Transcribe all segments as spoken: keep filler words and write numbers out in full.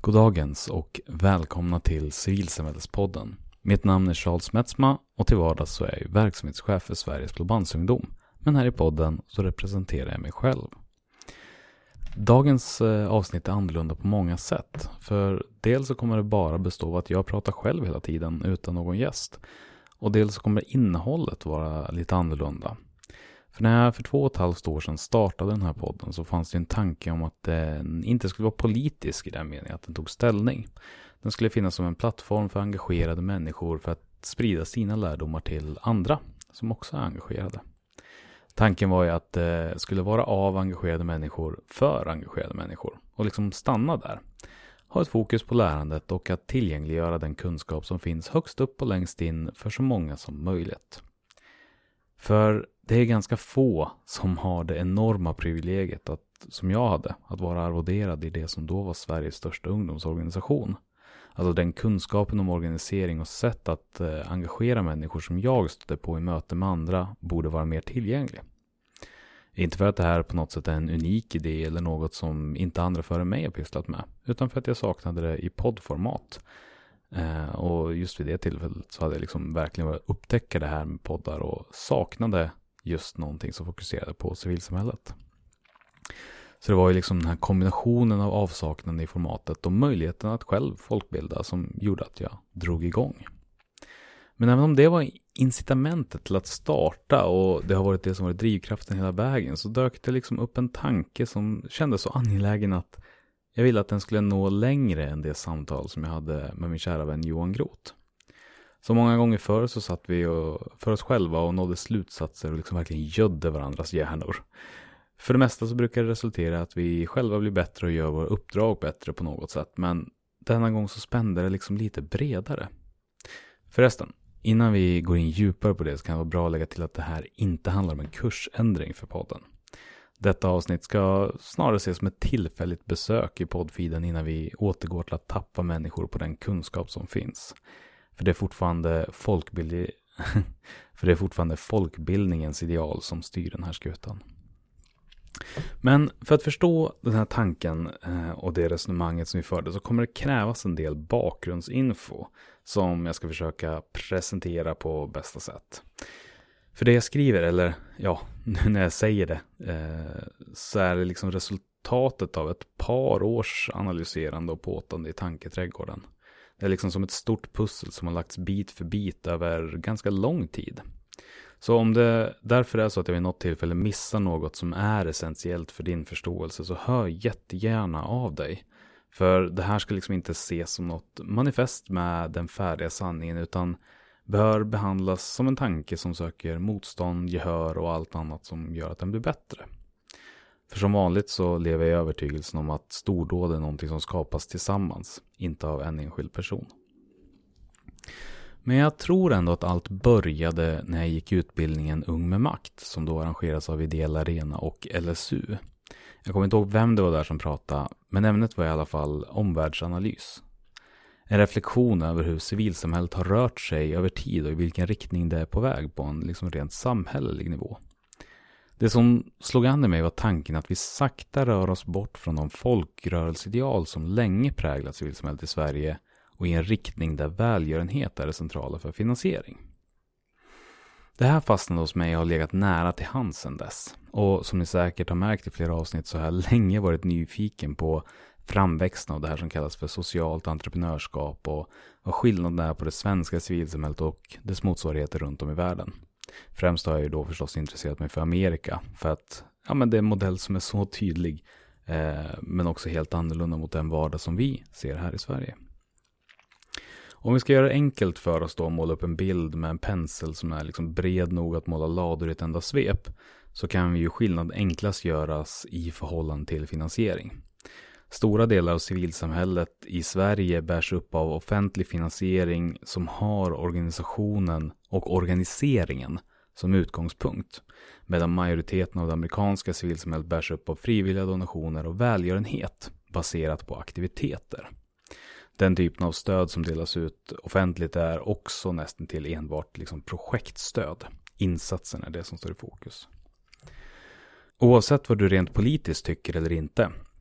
Goddagens och välkomna till Civilsamhällespodden. Mitt namn är Charles Metzma och till vardags så är jag verksamhetschef för Sveriges Blåbandsungdom. Men här i podden så representerar jag mig själv. Dagens avsnitt är annorlunda på många sätt. För dels så kommer det bara bestå av att jag pratar själv hela tiden utan någon gäst. Och dels så kommer innehållet vara lite annorlunda. För när jag för två och ett halvt år sedan startade den här podden så fanns det en tanke om att den inte skulle vara politisk i den meningen att den tog ställning. Den skulle finnas som en plattform för engagerade människor för att sprida sina lärdomar till andra som också är engagerade. Tanken var ju att det skulle vara av engagerade människor för engagerade människor och liksom stanna där. Ha ett fokus på lärandet och att tillgängliggöra den kunskap som finns högst upp och längst in för så många som möjligt. För det är ganska få som har det enorma privilegiet att, som jag hade, att vara arvoderad i det som då var Sveriges största ungdomsorganisation. Alltså den kunskapen om organisering och sätt att eh, engagera människor som jag stötte på i möte med andra borde vara mer tillgänglig. Inte för att det här på något sätt är en unik idé eller något som inte andra före mig har pysslat med, utan för att jag saknade det i poddformat. Eh, och just vid det tillfället så hade jag liksom verkligen varit upptäcka det här med poddar och saknade just någonting som fokuserade på civilsamhället. Så det var ju liksom den här kombinationen av avsaknaden i formatet och möjligheten att själv folkbilda som gjorde att jag drog igång. Men även om det var incitamentet till att starta och det har varit det som varit drivkraften hela vägen, så dök det liksom upp en tanke som kändes så angelägen att jag ville att den skulle nå längre än det samtal som jag hade med min kära vän Johan Groth. Så många gånger förr så satt vi och, för oss själva och nådde slutsatser och liksom verkligen gödde varandras hjärnor. För det mesta så brukar det resultera i att vi själva blir bättre och gör våra uppdrag bättre på något sätt. Men denna gång så spände det liksom lite bredare. Förresten, innan vi går in djupare på det så kan det vara bra att lägga till att det här inte handlar om en kursändring för podden. Detta avsnitt ska snarare ses som ett tillfälligt besök i poddfeeden innan vi återgår till att tappa människor på den kunskap som finns. För det är fortfarande folkbild... för det är fortfarande folkbildningens ideal som styr den här skutan. Men för att förstå den här tanken och det resonemanget som vi förde så kommer det krävas en del bakgrundsinfo som jag ska försöka presentera på bästa sätt. För det jag skriver, eller ja, nu när jag säger det, så är det liksom resultatet av ett par års analyserande och påtande i tanketrädgården. Det är liksom som ett stort pussel som har lagts bit för bit över ganska lång tid. Så om det därför är så att jag vid något tillfälle missar något som är essentiellt för din förståelse så hör jättegärna av dig. För det här ska liksom inte ses som något manifest med den färdiga sanningen utan bör behandlas som en tanke som söker motstånd, gehör och allt annat som gör att den blir bättre. För som vanligt så lever jag i övertygelsen om att stordåd är någonting som skapas tillsammans, inte av en enskild person. Men jag tror ändå att allt började när jag gick utbildningen Ung med makt som då arrangeras av Ideell Arena och L S U. Jag kommer inte ihåg vem det var där som pratade, men ämnet var i alla fall omvärldsanalys. En reflektion över hur civilsamhället har rört sig över tid och i vilken riktning det är på väg på en liksom rent samhällelig nivå. Det som slog an i mig var tanken att vi sakta rör oss bort från de folkrörelseideal som länge präglat civilsamhället i Sverige och i en riktning där välgörenhet är det centrala för finansiering. Det här fastnade hos mig och har legat nära till hands sedan dess. Och som ni säkert har märkt i flera avsnitt så har jag länge varit nyfiken på framväxten av det här som kallas för socialt entreprenörskap och vad skillnaden är på det svenska civilsamhället och dess motsvarigheter runt om i världen. Främst har jag ju då förstås intresserat mig för Amerika för att ja, men det är en modell som är så tydlig eh, men också helt annorlunda mot den vardag som vi ser här i Sverige. Om vi ska göra det enkelt för oss då att måla upp en bild med en pensel som är liksom bred nog att måla lador i ett enda svep så kan vi ju skillnad enklast göras i förhållande till finansiering. Stora delar av civilsamhället i Sverige bärs upp av offentlig finansiering som har organisationen och organiseringen som utgångspunkt, medan majoriteten av det amerikanska civilsamhället bärs upp av frivilliga donationer och välgörenhet baserat på aktiviteter. Den typen av stöd som delas ut offentligt är också nästan till enbart liksom projektstöd. Insatsen är det som står i fokus. Oavsett vad du rent politiskt tycker eller inte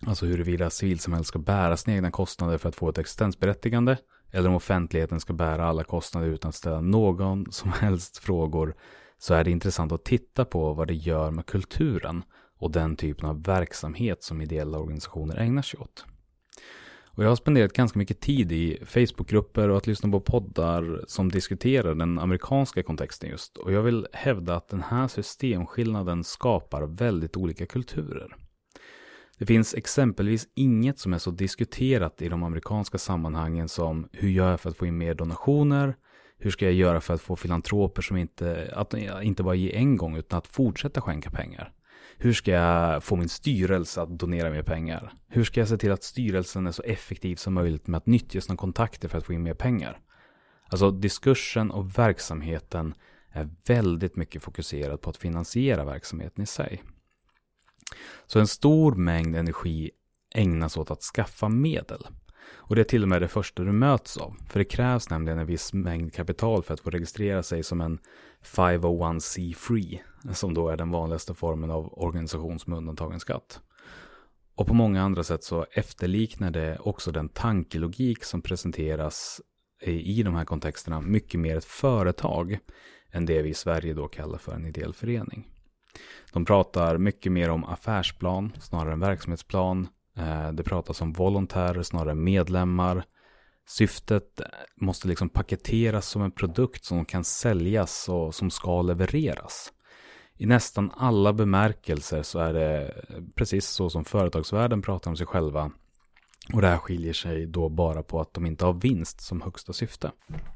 Alltså huruvida civilsamhället ska bära sina egna kostnader för att få ett existensberättigande, eller om offentligheten ska bära alla kostnader utan att ställa någon som helst frågor, så är det intressant att titta på vad det gör med kulturen och den typen av verksamhet som ideella organisationer ägnar sig åt. Och jag har spenderat ganska mycket tid i Facebookgrupper och att lyssna på poddar som diskuterar den amerikanska kontexten just. Och jag vill hävda att den här systemskillnaden skapar väldigt olika kulturer. Det finns exempelvis inget som är så diskuterat i de amerikanska sammanhangen som hur gör jag för att få in mer donationer? Hur ska jag göra för att få filantroper som inte, att inte bara ge en gång utan att fortsätta skänka pengar? Hur ska jag få min styrelse att donera mer pengar? Hur ska jag se till att styrelsen är så effektiv som möjligt med att nyttja sina kontakter för att få in mer pengar? Alltså diskursen och verksamheten är väldigt mycket fokuserad på att finansiera verksamheten i sig. Så en stor mängd energi ägnas åt att skaffa medel. Och det är till och med det första du möts av. För det krävs nämligen en viss mängd kapital för att få registrera sig som en five oh one c tre, som då är den vanligaste formen av organisation som är undantagen skatt. Och på många andra sätt så efterliknar det också den tankelogik som presenteras i de här kontexterna mycket mer ett företag än det vi i Sverige då kallar för en ideell förening. De pratar mycket mer om affärsplan snarare än verksamhetsplan. Det pratas om volontärer snarare än medlemmar. Syftet måste liksom paketeras som en produkt som kan säljas och som ska levereras. I nästan alla bemärkelser så är det precis så som företagsvärlden pratar om sig själva. Och det här skiljer sig då bara på att de inte har vinst som högsta syfte.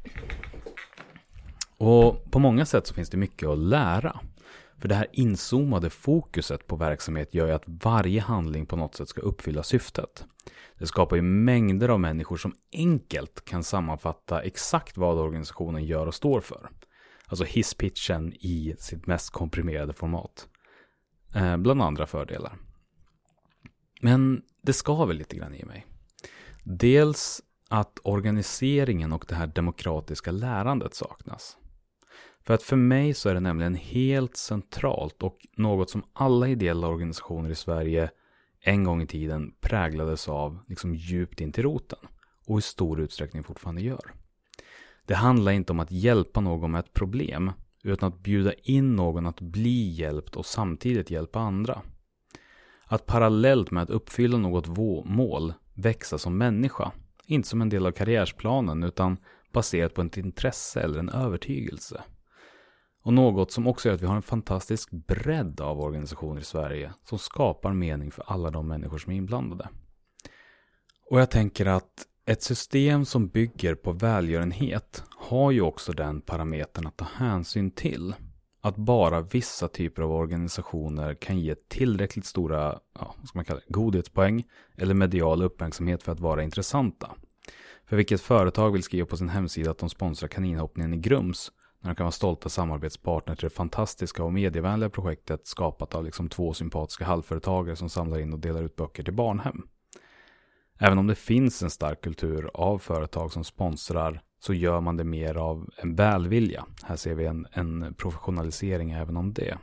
Och på många sätt så finns det mycket att lära. För det här inzoomade fokuset på verksamhet gör ju att varje handling på något sätt ska uppfylla syftet. Det skapar ju mängder av människor som enkelt kan sammanfatta exakt vad organisationen gör och står för. Alltså hisspitchen i sitt mest komprimerade format. Eh, bland andra fördelar. Men det skaver lite grann i mig. Dels att organiseringen och det här demokratiska lärandet saknas. För att för mig så är det nämligen helt centralt och något som alla ideella organisationer i Sverige en gång i tiden präglades av liksom djupt in till roten och i stor utsträckning fortfarande gör. Det handlar inte om att hjälpa någon med ett problem utan att bjuda in någon att bli hjälpt och samtidigt hjälpa andra. Att parallellt med att uppfylla något mål växa som människa, inte som en del av karriärsplanen utan baserat på ett intresse eller en övertygelse. Och något som också gör att vi har en fantastisk bredd av organisationer i Sverige som skapar mening för alla de människor som är inblandade. Och jag tänker att ett system som bygger på välgörenhet har ju också den parametern att ta hänsyn till. Att bara vissa typer av organisationer kan ge tillräckligt stora, ja, vad ska man kalla det, godhetspoäng eller medial uppmärksamhet för att vara intressanta. För vilket företag vill skriva på sin hemsida att de sponsrar kaninhoppningen i Grums när de kan vara stolta samarbetspartner till det fantastiska och medievänliga projektet skapat av liksom två sympatiska halvföretagare som samlar in och delar ut böcker till barnhem. Även om det finns en stark kultur av företag som sponsrar så gör man det mer av en välvilja. Här ser vi en, en professionalisering även om det.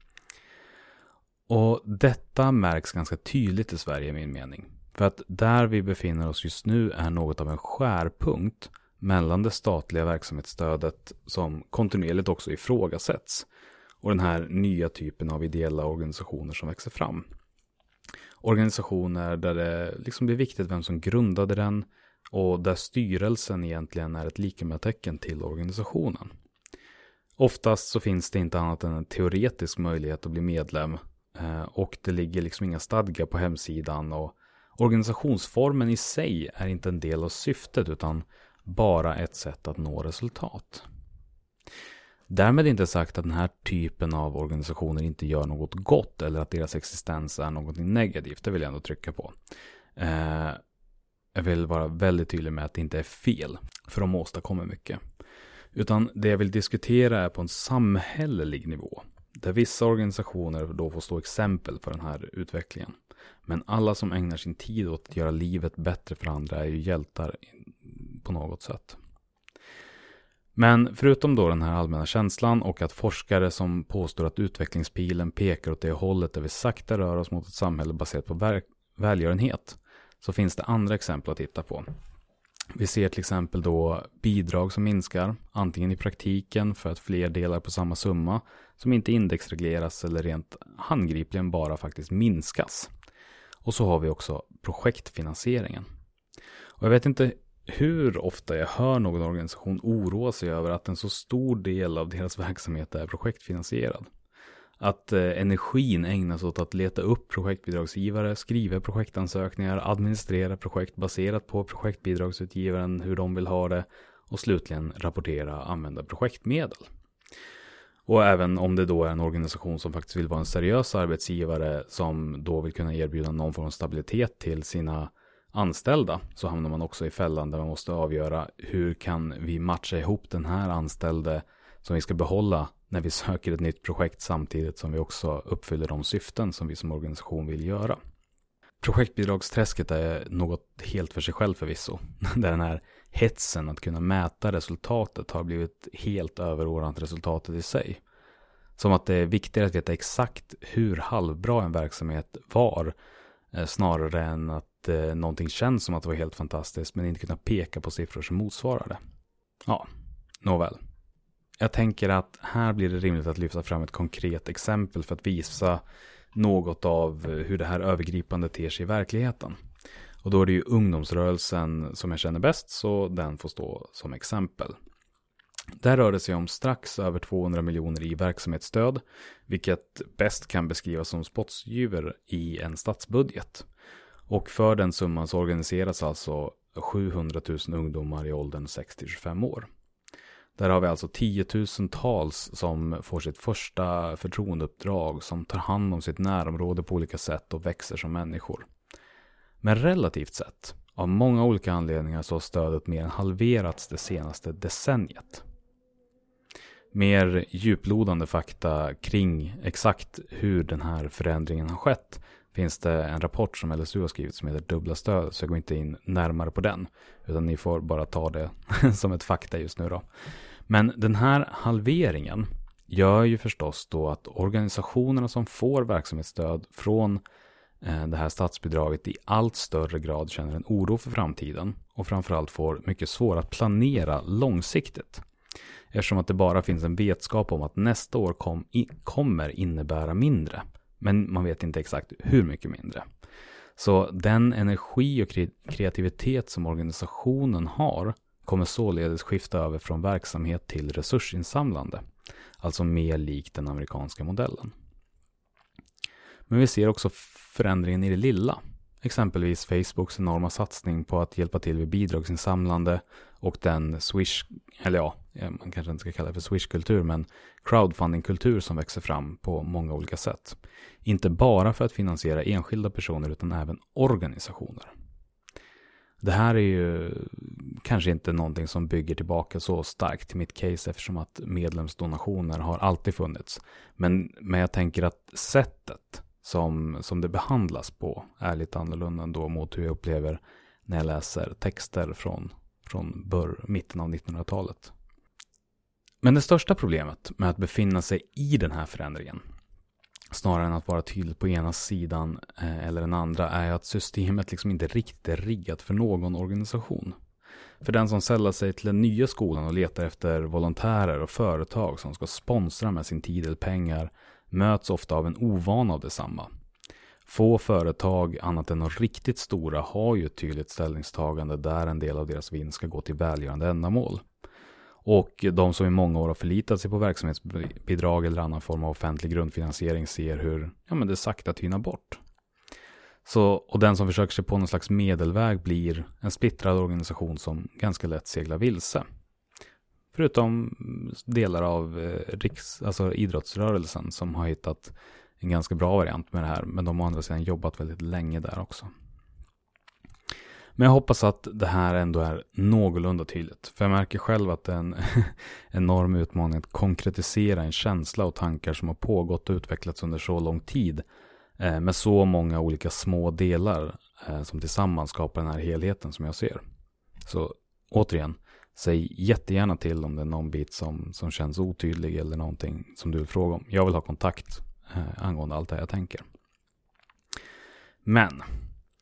Och detta märks ganska tydligt i Sverige i min mening. För att där vi befinner oss just nu är något av en skärpunkt mellan det statliga verksamhetsstödet som kontinuerligt också ifrågasätts och den här nya typen av ideella organisationer som växer fram. Organisationer där det liksom blir viktigt vem som grundade den och där styrelsen egentligen är ett likatecken till organisationen. Oftast så finns det inte annat än en teoretisk möjlighet att bli medlem och det ligger liksom inga stadgar på hemsidan och organisationsformen i sig är inte en del av syftet utan bara ett sätt att nå resultat. Därmed inte sagt att den här typen av organisationer inte gör något gott eller att deras existens är något negativt. Det vill jag ändå trycka på. Eh, jag vill vara väldigt tydlig med att det inte är fel för de åstadkommer mycket. Utan det jag vill diskutera är på en samhällelig nivå. Där vissa organisationer då får stå exempel för den här utvecklingen. Men alla som ägnar sin tid åt att göra livet bättre för andra är ju hjältar på något sätt. Men förutom då den här allmänna känslan och att forskare som påstår att utvecklingspilen pekar åt det hållet där vi sakta rör oss mot ett samhälle baserat på verk- välgörenhet så finns det andra exempel att titta på. Vi ser till exempel då bidrag som minskar, antingen i praktiken för att fler delar på samma summa som inte indexregleras eller rent handgripligen bara faktiskt minskas. Och så har vi också projektfinansieringen. Och jag vet inte hur ofta jag hör någon organisation oroa sig över att en så stor del av deras verksamhet är projektfinansierad. Att eh, energin ägnas åt att leta upp projektbidragsgivare, skriva projektansökningar, administrera projekt baserat på projektbidragsutgivaren, hur de vill ha det och slutligen rapportera använda projektmedel. Och även om det då är en organisation som faktiskt vill vara en seriös arbetsgivare som då vill kunna erbjuda någon form av stabilitet till sina anställda, så hamnar man också i fällan där man måste avgöra hur kan vi matcha ihop den här anställde som vi ska behålla när vi söker ett nytt projekt samtidigt som vi också uppfyller de syften som vi som organisation vill göra. Projektbidragsträsket är något helt för sig själv förvisso, där den här hetsen att kunna mäta resultatet har blivit helt överordnat resultatet i sig. Som att det är viktigare att veta exakt hur halvbra en verksamhet var snarare än att eh, någonting känns som att det var helt fantastiskt men inte kunna peka på siffror som motsvarar det. Ja, nåväl. Jag tänker att här blir det rimligt att lyfta fram ett konkret exempel för att visa något av hur det här övergripande ter sig i verkligheten. Och då är det ju ungdomsrörelsen som jag känner bäst, så den får stå som exempel. Där rör det sig om strax över tvåhundra miljoner i verksamhetsstöd, vilket bäst kan beskrivas som spottstyver i en statsbudget. Och för den summan så organiseras alltså sjuhundratusen ungdomar i åldern sex till tjugofem år. Där har vi alltså tiotusentals som får sitt första förtroendeuppdrag, som tar hand om sitt närområde på olika sätt och växer som människor. Men relativt sett, av många olika anledningar, så har stödet mer än halverats det senaste decenniet. Mer djuplodande fakta kring exakt hur den här förändringen har skett finns det en rapport som L S U har skrivit som heter Dubbla stöd, så jag går inte in närmare på den, utan ni får bara ta det som ett fakta just nu då. Men den här halveringen gör ju förstås då att organisationerna som får verksamhetsstöd från eh, det här statsbidraget i allt större grad känner en oro för framtiden och framförallt får mycket svårt att planera långsiktigt. Eftersom att det bara finns en vetskap om att nästa år kom, i, kommer innebära mindre. Men man vet inte exakt hur mycket mindre. Så den energi och kreativitet som organisationen har kommer således skifta över från verksamhet till resursinsamlande. Alltså mer likt den amerikanska modellen. Men vi ser också förändringen i det lilla. Exempelvis Facebooks enorma satsning på att hjälpa till vid bidragsinsamlande och den Swish, eller ja, man kanske inte ska kalla det för Swish-kultur, men crowdfunding-kultur som växer fram på många olika sätt. Inte bara för att finansiera enskilda personer utan även organisationer. Det här är ju kanske inte någonting som bygger tillbaka så starkt till mitt case eftersom att medlemsdonationer har alltid funnits. Men, men jag tänker att sättet som, som det behandlas på är lite annorlunda ändå mot hur jag upplever när jag läser texter från, från bör, mitten av nittonhundratalet. Men det största problemet med att befinna sig i den här förändringen, snarare än att vara tydlig på ena sidan eh, eller den andra, är att systemet liksom inte riktigt är riggat för någon organisation. För den som sällar sig till den nya skolan och letar efter volontärer och företag som ska sponsra med sin tid eller pengar möts ofta av en ovan av detsamma. Få företag annat än de riktigt stora har ju ett tydligt ställningstagande där en del av deras vinst ska gå till välgörande ändamål. Och de som i många år har förlitat sig på verksamhetsbidrag eller annan form av offentlig grundfinansiering ser hur ja, men det sakta tynar bort. Så, och den som försöker sig på någon slags medelväg blir en splittrad organisation som ganska lätt seglar vilse. Förutom delar av eh, riks, alltså idrottsrörelsen som har hittat en ganska bra variant med det här. Men de har andra sidan jobbat väldigt länge där också. Men jag hoppas att det här ändå är någorlunda tydligt. För jag märker själv att det är en enorm utmaning att konkretisera en känsla och tankar som har pågått och utvecklats under så lång tid. Eh, med så många olika små delar eh, som tillsammans skapar den här helheten som jag ser. Så återigen, säg jättegärna till om det är någon bit som, som känns otydlig eller någonting som du vill fråga om. Jag vill ha kontakt eh, angående allt det jag tänker. Men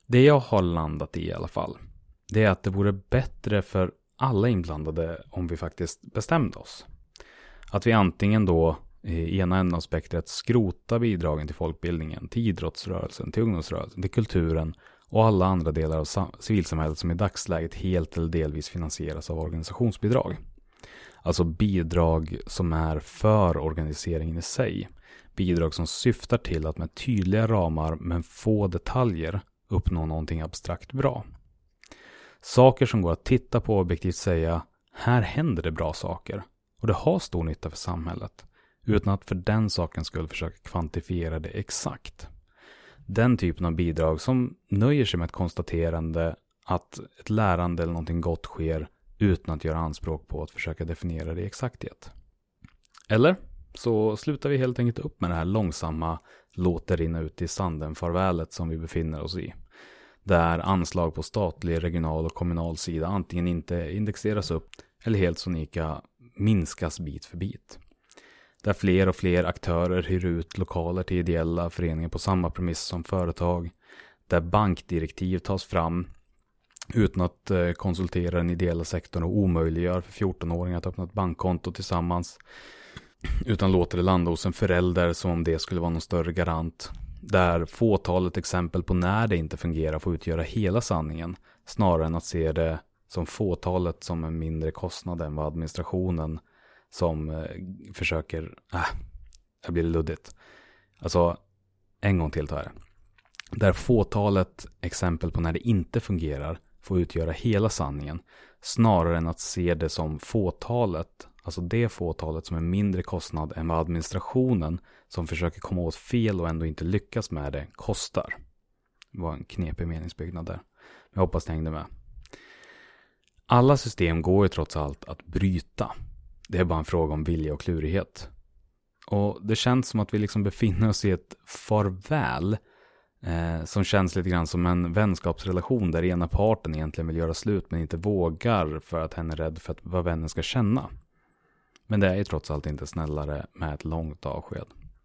Det jag har landat i i alla fall, det är att det vore bättre för alla inblandade om vi faktiskt bestämde oss. Att vi antingen då i ena änden av spektret skrota bidragen till folkbildningen, till idrottsrörelsen, till ungdomsrörelsen, till kulturen och alla andra delar av civilsamhället som i dagsläget helt eller delvis finansieras av organisationsbidrag. Alltså bidrag som är för organiseringen i sig. Bidrag som syftar till att med tydliga ramar men få detaljer uppnå någonting abstrakt bra. Saker som går att titta på och objektivt säga, här händer det bra saker och det har stor nytta för samhället, utan att för den saken skulle försöka kvantifiera det exakt. Den typen av bidrag som nöjer sig med ett konstaterande att ett lärande eller någonting gott sker utan att göra anspråk på att försöka definiera det i exakthet. Eller så slutar vi helt enkelt upp med det här långsamma låter rinna ut i sanden farvälet som vi befinner oss i. Där anslag på statlig, regional och kommunal sida antingen inte indexeras upp eller helt sonika minskas bit för bit. Där fler och fler aktörer hyr ut lokaler till ideella föreningar på samma premiss som företag. Där bankdirektiv tas fram utan att konsultera den ideella sektorn och omöjliggör för fjorton-åringar att öppna ett bankkonto tillsammans. Utan låter det landa hos en förälder som om det skulle vara någon större garant. Där fåtalet exempel på när det inte fungerar får utgöra hela sanningen snarare än att se det som fåtalet som en mindre kostnad än vad administrationen som eh, försöker, äh, det blir luddigt. Alltså, en gång till tar jag. Där fåtalet exempel på när det inte fungerar får utgöra hela sanningen snarare än att se det som fåtalet, alltså det fåtalet som är mindre kostnad än vad administrationen som försöker komma åt fel och ändå inte lyckas med det kostar. Det var en knepig meningsbyggnad där. Jag hoppas ni hängde med. Alla system går ju trots allt att bryta. Det är bara en fråga om vilja och klurighet. Och det känns som att vi liksom befinner oss i ett farväl eh, som känns lite grann som en vänskapsrelation där ena parten egentligen vill göra slut men inte vågar för att hen är rädd för att vad vännen ska känna. Men det är ju trots allt inte snällare med ett långt avsked.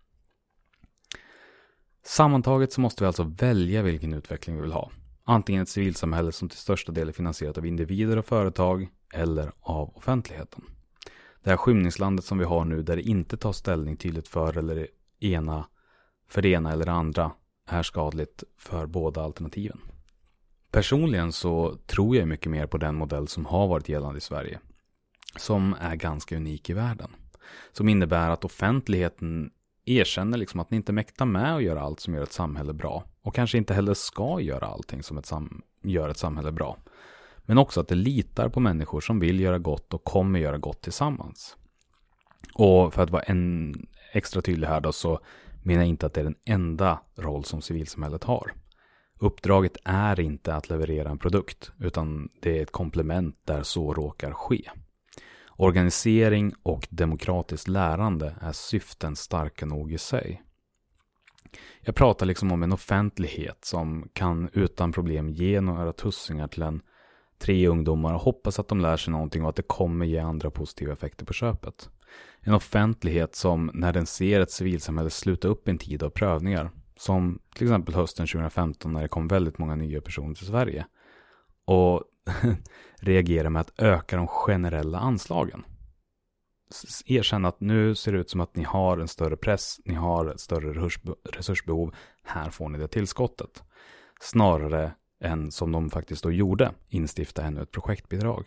Sammantaget så måste vi alltså välja vilken utveckling vi vill ha. Antingen ett civilsamhälle som till största del är finansierat av individer och företag eller av offentligheten. Det här skymningslandet som vi har nu där det inte tar ställning tydligt för eller ena, för det ena eller det andra är skadligt för båda alternativen. Personligen så tror jag mycket mer på den modell som har varit gällande i Sverige. Som är ganska unik i världen. Som innebär att offentligheten erkänner liksom att ni inte mäktar med att göra allt som gör ett samhälle bra. Och kanske inte heller ska göra allting som ett sam- gör ett samhälle bra. Men också att det litar på människor som vill göra gott och kommer göra gott tillsammans. Och för att vara en extra tydlig här då så menar jag inte att det är den enda roll som civilsamhället har. Uppdraget är inte att leverera en produkt utan det är ett komplement där så råkar ske. Organisering och demokratiskt lärande är syften starka nog i sig. Jag pratar liksom om en offentlighet som kan utan problem ge några tussingar till en tre ungdomar och hoppas att de lär sig någonting och att det kommer ge andra positiva effekter på köpet. En offentlighet som när den ser ett civilsamhälle sluta upp en tid av prövningar, som till exempel hösten tjugohundrafemton när det kom väldigt många nya personer till Sverige, och reagera med att öka de generella anslagen. Erkänna att nu ser det ut som att ni har en större press, ni har ett större resursbehov, här får ni det tillskottet. Snarare än som de faktiskt då gjorde, instifta ännu ett projektbidrag.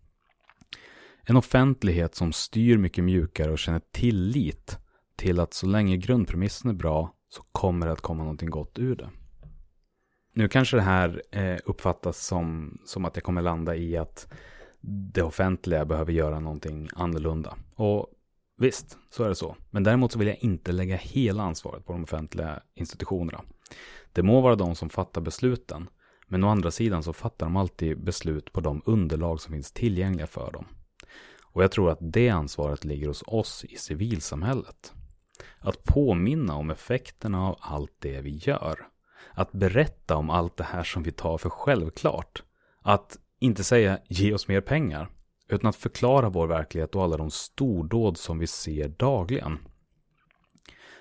En offentlighet som styr mycket mjukare och känner tillit till att så länge grundpremissen är bra så kommer det att komma någonting gott ur det. Nu kanske det här eh, uppfattas som, som att jag kommer landa i att det offentliga behöver göra någonting annorlunda. Och visst, så är det så. Men däremot så vill jag inte lägga hela ansvaret på de offentliga institutionerna. Det må vara de som fattar besluten, men å andra sidan så fattar de alltid beslut på de underlag som finns tillgängliga för dem. Och jag tror att det ansvaret ligger hos oss i civilsamhället. Att påminna om effekterna av allt det vi gör. Att berätta om allt det här som vi tar för självklart. Att inte säga ge oss mer pengar, utan att förklara vår verklighet och alla de stordåd som vi ser dagligen.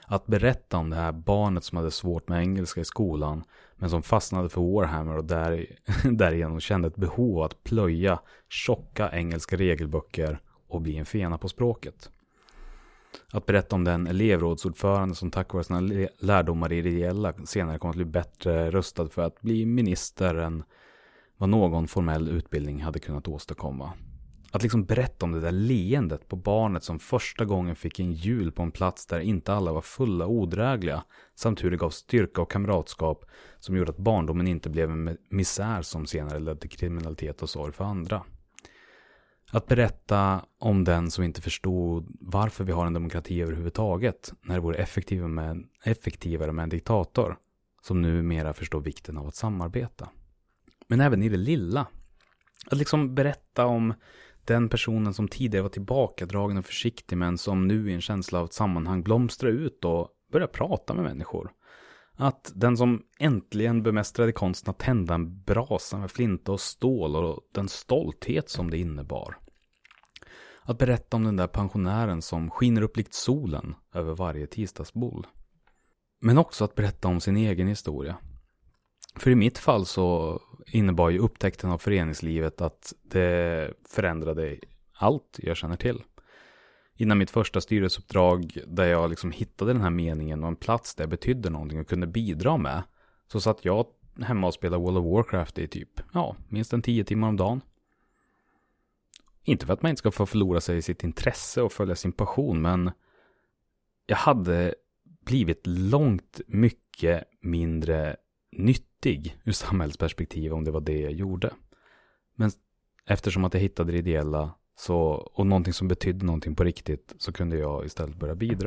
Att berätta om det här barnet som hade svårt med engelska i skolan men som fastnade för Warhammer och där, därigenom kände ett behov av att plöja tjocka engelska regelböcker och bli en fena på språket. Att berätta om den elevrådsordförande som tack vare sina lärdomar i det ideella senare kommer att bli bättre rustad för att bli minister än vad någon formell utbildning hade kunnat åstadkomma. Att liksom berätta om det där leendet på barnet som första gången fick en jul på en plats där inte alla var fulla och odrägliga, samt hur det gav styrka och kamratskap som gjorde att barndomen inte blev en misär som senare ledde till kriminalitet och sorg för andra. Att berätta om den som inte förstod varför vi har en demokrati överhuvudtaget när det vore effektivare med, effektivare med en diktator som numera förstår vikten av att samarbeta. Men även i det lilla. Att liksom berätta om den personen som tidigare var tillbakadragen och försiktig men som nu i en känsla av ett sammanhang blomstrar ut och börjar prata med människor. Att den som äntligen bemästrade konsten att tända en brasa med flinta och stål och den stolthet som det innebar. Att berätta om den där pensionären som skiner upp likt solen över varje tisdagsboll. Men också att berätta om sin egen historia. För i mitt fall så innebar ju upptäckten av föreningslivet att det förändrade allt jag känner till. Innan mitt första styrelseuppdrag där jag liksom hittade den här meningen och en plats där jag betydde någonting och kunde bidra med, så satt jag hemma och spelade World of Warcraft i typ, ja, minst en tio timmar om dagen. Inte för att man inte ska få förlora sig i sitt intresse och följa sin passion, men jag hade blivit långt mycket mindre nyttig ur samhällsperspektiv om det var det jag gjorde. Men eftersom att jag hittade det ideella så, och någonting som betydde någonting på riktigt, så kunde jag istället börja bidra.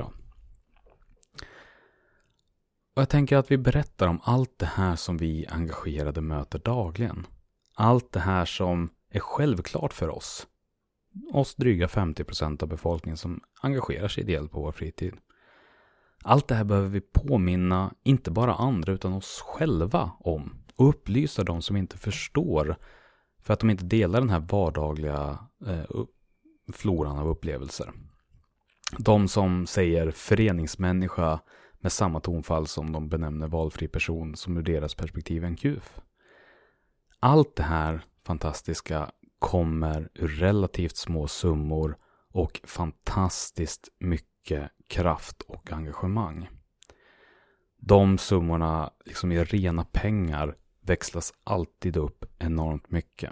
Och jag tänker att vi berättar om allt det här som vi engagerade möter dagligen. Allt det här som är självklart för oss. Oss dryga femtio procent av befolkningen som engagerar sig ideellt på vår fritid. Allt det här behöver vi påminna inte bara andra utan oss själva om. Och upplysa de som inte förstår för att de inte delar den här vardagliga eh, floran av upplevelser. De som säger föreningsmänniska med samma tonfall som de benämner valfri person som ur deras perspektiv är en kuf. Allt det här fantastiska kommer ur relativt små summor och fantastiskt mycket kraft och engagemang. De summorna liksom i rena pengar växlas alltid upp enormt mycket.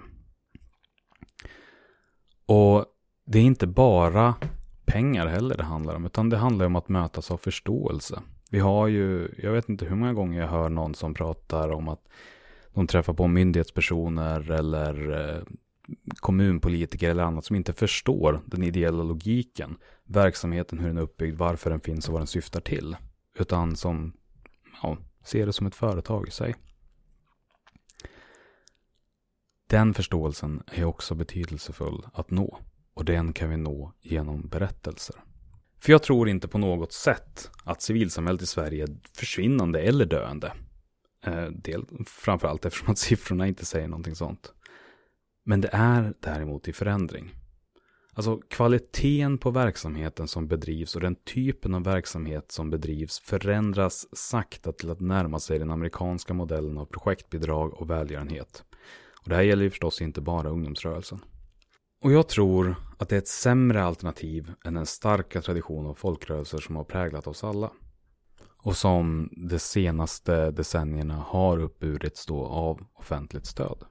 Och det är inte bara pengar heller det handlar om, utan det handlar om att mötas av förståelse. Vi har ju, jag vet inte hur många gånger jag hör någon som pratar om att de träffar på myndighetspersoner eller eh, kommunpolitiker eller annat som inte förstår den ideella logiken, verksamheten, hur den är uppbyggd, varför den finns och vad den syftar till, utan som ja, ser det som ett företag i sig. Den förståelsen är också betydelsefull att nå, och den kan vi nå genom berättelser. För jag tror inte på något sätt att civilsamhället i Sverige är försvinnande eller döende. Eh, del, framförallt eftersom att siffrorna inte säger någonting sånt. Men det är däremot i förändring. Alltså kvaliteten på verksamheten som bedrivs och den typen av verksamhet som bedrivs förändras sakta till att närma sig den amerikanska modellen av projektbidrag och välgörenhet. Och det här gäller ju förstås inte bara ungdomsrörelsen. Och jag tror att det är ett sämre alternativ än den starka tradition av folkrörelser som har präglat oss alla. Och som de senaste decennierna har uppburits då av offentligt stöd.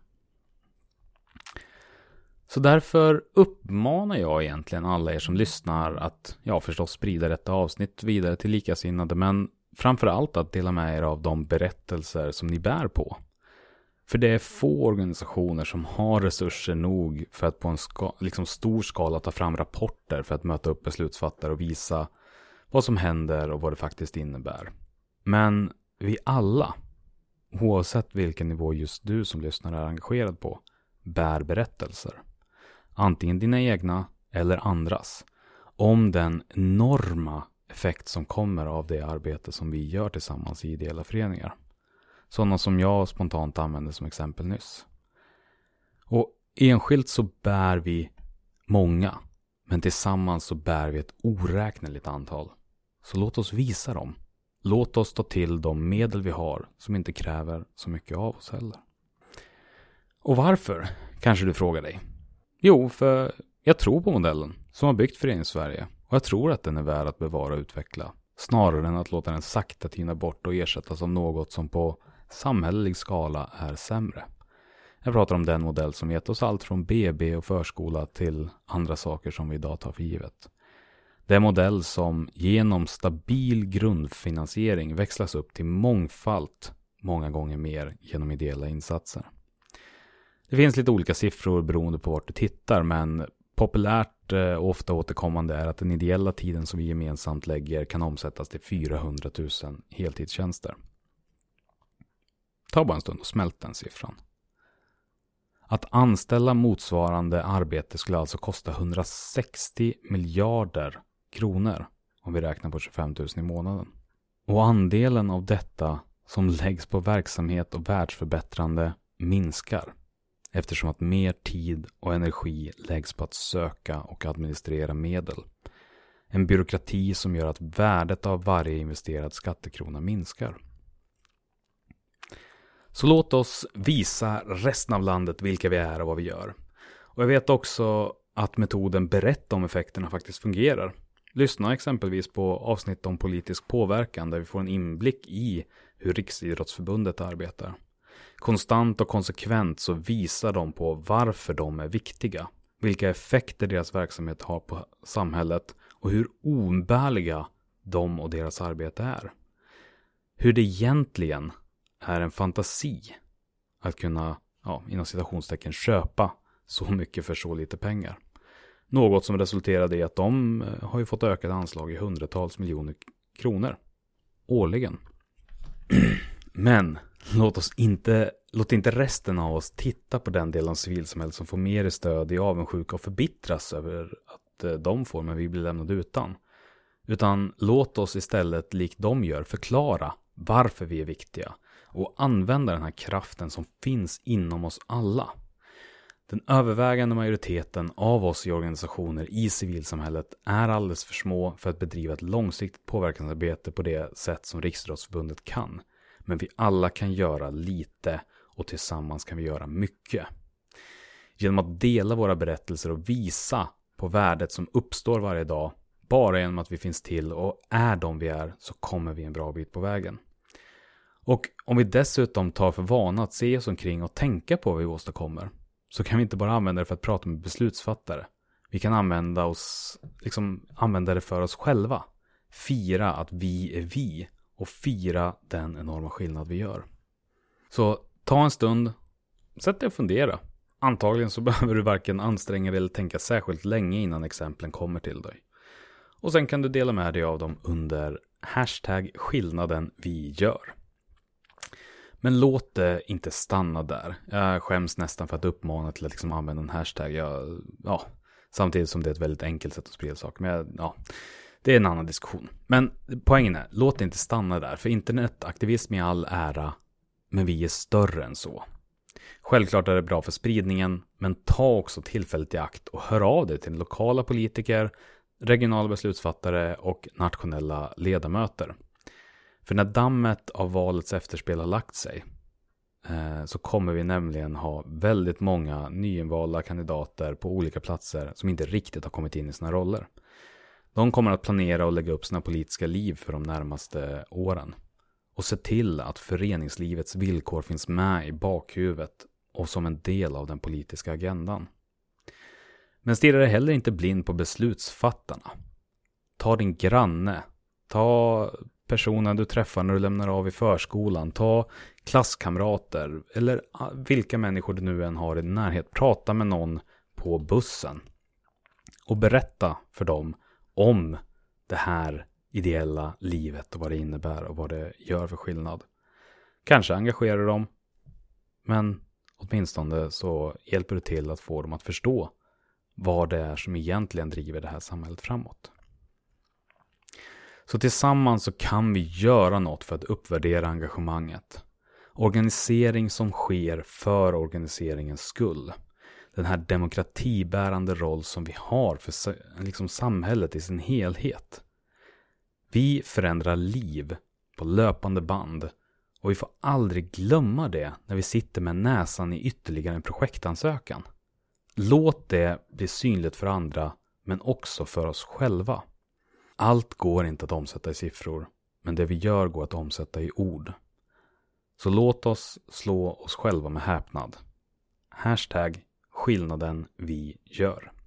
Så därför uppmanar jag egentligen alla er som lyssnar att, ja förstås sprida detta avsnitt vidare till likasinnade, men framförallt att dela med er av de berättelser som ni bär på. För det är få organisationer som har resurser nog för att på en ska, liksom stor skala ta fram rapporter för att möta upp beslutsfattare och visa vad som händer och vad det faktiskt innebär. Men vi alla, oavsett vilken nivå just du som lyssnar är engagerad på, bär berättelser. Antingen dina egna eller andras. Om den enorma effekt som kommer av det arbete som vi gör tillsammans i ideella föreningar. Sådana som jag spontant använde som exempel nyss. Och enskilt så bär vi många. Men tillsammans så bär vi ett oräkneligt antal. Så låt oss visa dem. Låt oss ta till de medel vi har som inte kräver så mycket av oss heller. Och varför, kanske du frågar dig? Jo, för jag tror på modellen som har byggt Föreningssverige och jag tror att den är värd att bevara och utveckla. Snarare än att låta den sakta tyna bort och ersättas av något som på samhällelig skala är sämre. Jag pratar om den modell som gett oss allt från B B och förskola till andra saker som vi idag tar för givet. Det är en modell som genom stabil grundfinansiering växlas upp till mångfald, många gånger mer genom ideella insatser. Det finns lite olika siffror beroende på vart du tittar, men populärt och ofta återkommande är att den ideella tiden som vi gemensamt lägger kan omsättas till fyrahundratusen heltidstjänster. Ta bara en stund och smält den siffran. Att anställa motsvarande arbete skulle alltså kosta hundrasextio miljarder kronor om vi räknar på tjugofem tusen i månaden. Och andelen av detta som läggs på verksamhet och världsförbättrande minskar eftersom att mer tid och energi läggs på att söka och administrera medel. En byråkrati som gör att värdet av varje investerad skattekrona minskar. Så låt oss visa resten av landet vilka vi är och vad vi gör. Och jag vet också att metoden berätta om effekterna faktiskt fungerar. Lyssna exempelvis på avsnitt om politisk påverkan där vi får en inblick i hur Riksidrottsförbundet arbetar. Konstant och konsekvent så visar de på varför de är viktiga, vilka effekter deras verksamhet har på samhället och hur oumbärliga de och deras arbete är. Hur det egentligen är en fantasi att kunna, ja, inom citationstecken, köpa så mycket för så lite pengar. Något som resulterade i att de har ju fått ökade anslag i hundratals miljoner kronor årligen. Men låt oss inte, låt inte resten av oss titta på den delen av civilsamhället som får mer stöd i avundsjuka och förbittras över att de får men vi blir lämnade utan. Utan låt oss istället, likt de gör, förklara varför vi är viktiga och använda den här kraften som finns inom oss alla. Den övervägande majoriteten av oss i organisationer i civilsamhället är alldeles för små för att bedriva ett långsiktigt påverkansarbete på det sätt som Riksidrottsförbundet kan. Men vi alla kan göra lite och tillsammans kan vi göra mycket. Genom att dela våra berättelser och visa på värdet som uppstår varje dag, bara genom att vi finns till och är de vi är, så kommer vi en bra bit på vägen. Och om vi dessutom tar för vana att se oss omkring och tänka på vad vi åstadkommer, så kan vi inte bara använda det för att prata med beslutsfattare. Vi kan använda, oss, liksom, använda det för oss själva. Fira att vi är vi och fira den enorma skillnad vi gör. Så ta en stund, sätt dig och fundera. Antagligen så behöver du varken anstränga dig eller tänka särskilt länge innan exemplen kommer till dig. Och sen kan du dela med dig av dem under hashtag skillnaden vi gör. Men låt det inte stanna där. Jag skäms nästan för att uppmana till att liksom använda en hashtag. Jag, ja, samtidigt som det är ett väldigt enkelt sätt att sprida saker. Men ja, det är en annan diskussion. Men poängen är, låt det inte stanna där. För internetaktivism i all ära, men vi är större än så. Självklart är det bra för spridningen, men ta också tillfället i akt och hör av dig till lokala politiker, regionala beslutsfattare och nationella ledamöter. För när dammet av valets efterspel har lagt sig eh, så kommer vi nämligen ha väldigt många nyinvalda kandidater på olika platser som inte riktigt har kommit in i sina roller. De kommer att planera och lägga upp sina politiska liv för de närmaste åren. Och se till att föreningslivets villkor finns med i bakhuvudet och som en del av den politiska agendan. Men stirra dig heller inte blind på beslutsfattarna. Ta din granne, ta personen du träffar när du lämnar av i förskolan, ta klasskamrater eller vilka människor du nu än har i din närhet. Prata med någon på bussen och berätta för dem om det här ideella livet och vad det innebär och vad det gör för skillnad. Kanske engagerar dem, men åtminstone så hjälper du till att få dem att förstå vad det är som egentligen driver det här samhället framåt. Så tillsammans så kan vi göra något för att uppvärdera engagemanget. Organisering som sker för organiseringens skull. Den här demokratibärande roll som vi har för liksom samhället i sin helhet. Vi förändrar liv på löpande band och vi får aldrig glömma det när vi sitter med näsan i ytterligare en projektansökan. Låt det bli synligt för andra men också för oss själva. Allt går inte att omsätta i siffror, men det vi gör går att omsätta i ord. Så låt oss slå oss själva med häpnad. Hashtag skillnaden vi gör.